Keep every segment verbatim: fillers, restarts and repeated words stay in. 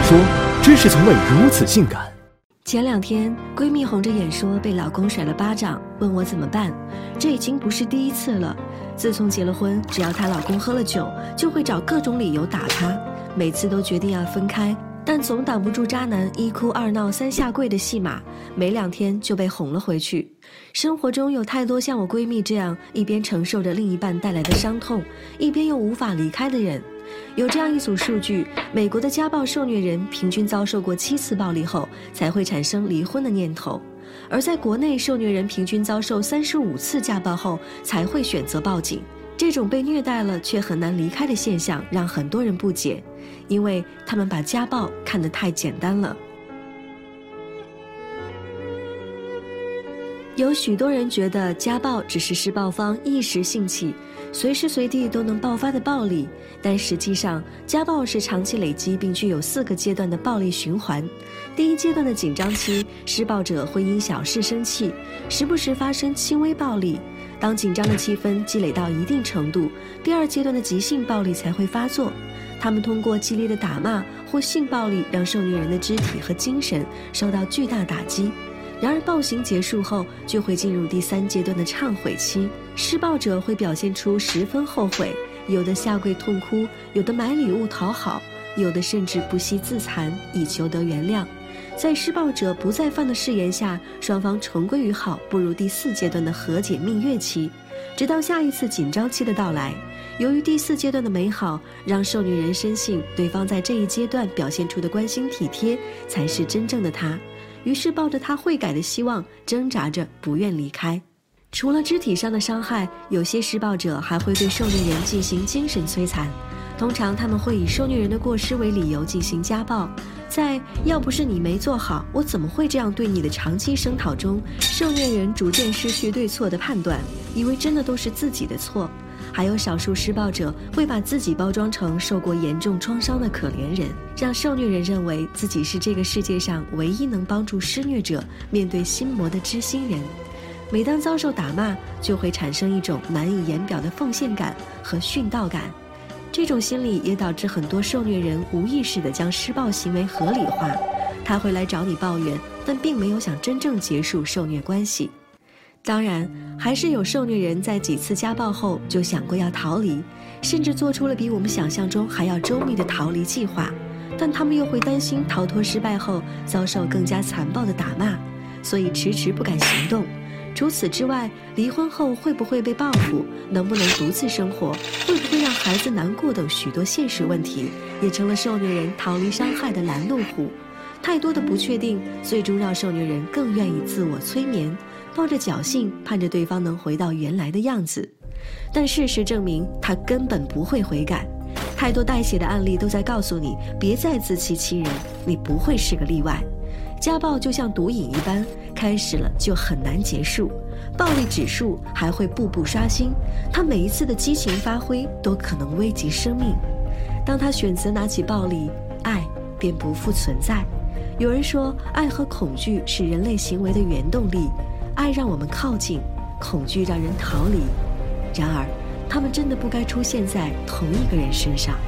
说，知识从未如此性感。 前两天，闺蜜红着眼说被老公甩了巴掌，问我怎么办。这已经不是第一次了。自从结了婚，只要她老公喝了酒，就会找各种理由打她，每次都决定要分开，但总挡不住渣男一哭二闹三下跪的戏码，没两天就被哄了回去。生活中有太多像我闺蜜这样一边承受着另一半带来的伤痛，一边又无法离开的人。有这样一组数据，美国的家暴受虐人平均遭受过七次暴力后才会产生离婚的念头，而在国内受虐人平均遭受三十五次家暴后才会选择报警。这种被虐待了却很难离开的现象让很多人不解，因为他们把家暴看得太简单了。有许多人觉得家暴只是施暴方一时兴起，随时随地都能爆发的暴力，但实际上家暴是长期累积并具有四个阶段的暴力循环。第一阶段的紧张期，施暴者会因小事生气，时不时发生轻微暴力。当紧张的气氛积累到一定程度，第二阶段的急性暴力才会发作。他们通过激烈的打骂或性暴力让受虐人的肢体和精神受到巨大打击。然而暴行结束后就会进入第三阶段的忏悔期，施暴者会表现出十分后悔，有的下跪痛哭，有的买礼物讨好，有的甚至不惜自残以求得原谅。在施暴者不再犯的誓言下，双方重归于好，步入第四阶段的和解蜜月期，直到下一次紧张期的到来。由于第四阶段的美好，让受虐人深信对方在这一阶段表现出的关心体贴才是真正的他，于是抱着他会改的希望，挣扎着不愿离开。除了肢体上的伤害，有些施暴者还会对受虐人进行精神摧残。通常他们会以受虐人的过失为理由进行家暴，在要不是你没做好，我怎么会这样对你的长期声讨中，受虐人逐渐失去对错的判断，以为真的都是自己的错。还有少数施暴者会把自己包装成受过严重创伤的可怜人，让受虐人认为自己是这个世界上唯一能帮助施虐者面对心魔的知心人。每当遭受打骂，就会产生一种难以言表的奉献感和殉道感。这种心理也导致很多受虐人无意识地将施暴行为合理化，他会来找你抱怨，但并没有想真正结束受虐关系。当然，还是有受虐人在几次家暴后就想过要逃离，甚至做出了比我们想象中还要周密的逃离计划，但他们又会担心逃脱失败后遭受更加残暴的打骂，所以迟迟不敢行动。除此之外，离婚后会不会被报复，能不能独自生活，会不会让孩子难过等许多现实问题，也成了受虐人逃离伤害的拦路虎。太多的不确定，最终让受虐人更愿意自我催眠，抱着侥幸，盼着对方能回到原来的样子。但事实证明，他根本不会悔改。太多带血的案例都在告诉你，别再自欺欺人，你不会是个例外。家暴就像毒瘾一般，开始了就很难结束，暴力指数还会步步刷新，他每一次的激情发挥都可能危及生命。当他选择拿起暴力，爱便不复存在。有人说，爱和恐惧是人类行为的原动力，爱让我们靠近，恐惧让人逃离。然而，他们真的不该出现在同一个人身上。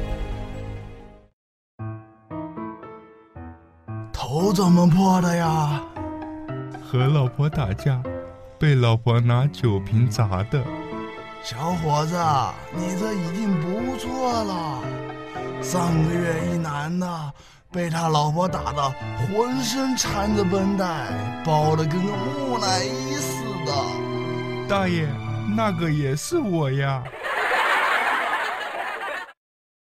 头怎么破的呀？ 和老婆打架，被老婆拿酒瓶砸的。 小伙子，你这已经不错了。上个月一男的被他老婆打得浑身缠着绷带，包得跟个木乃伊似的。 大爷，那个也是我呀。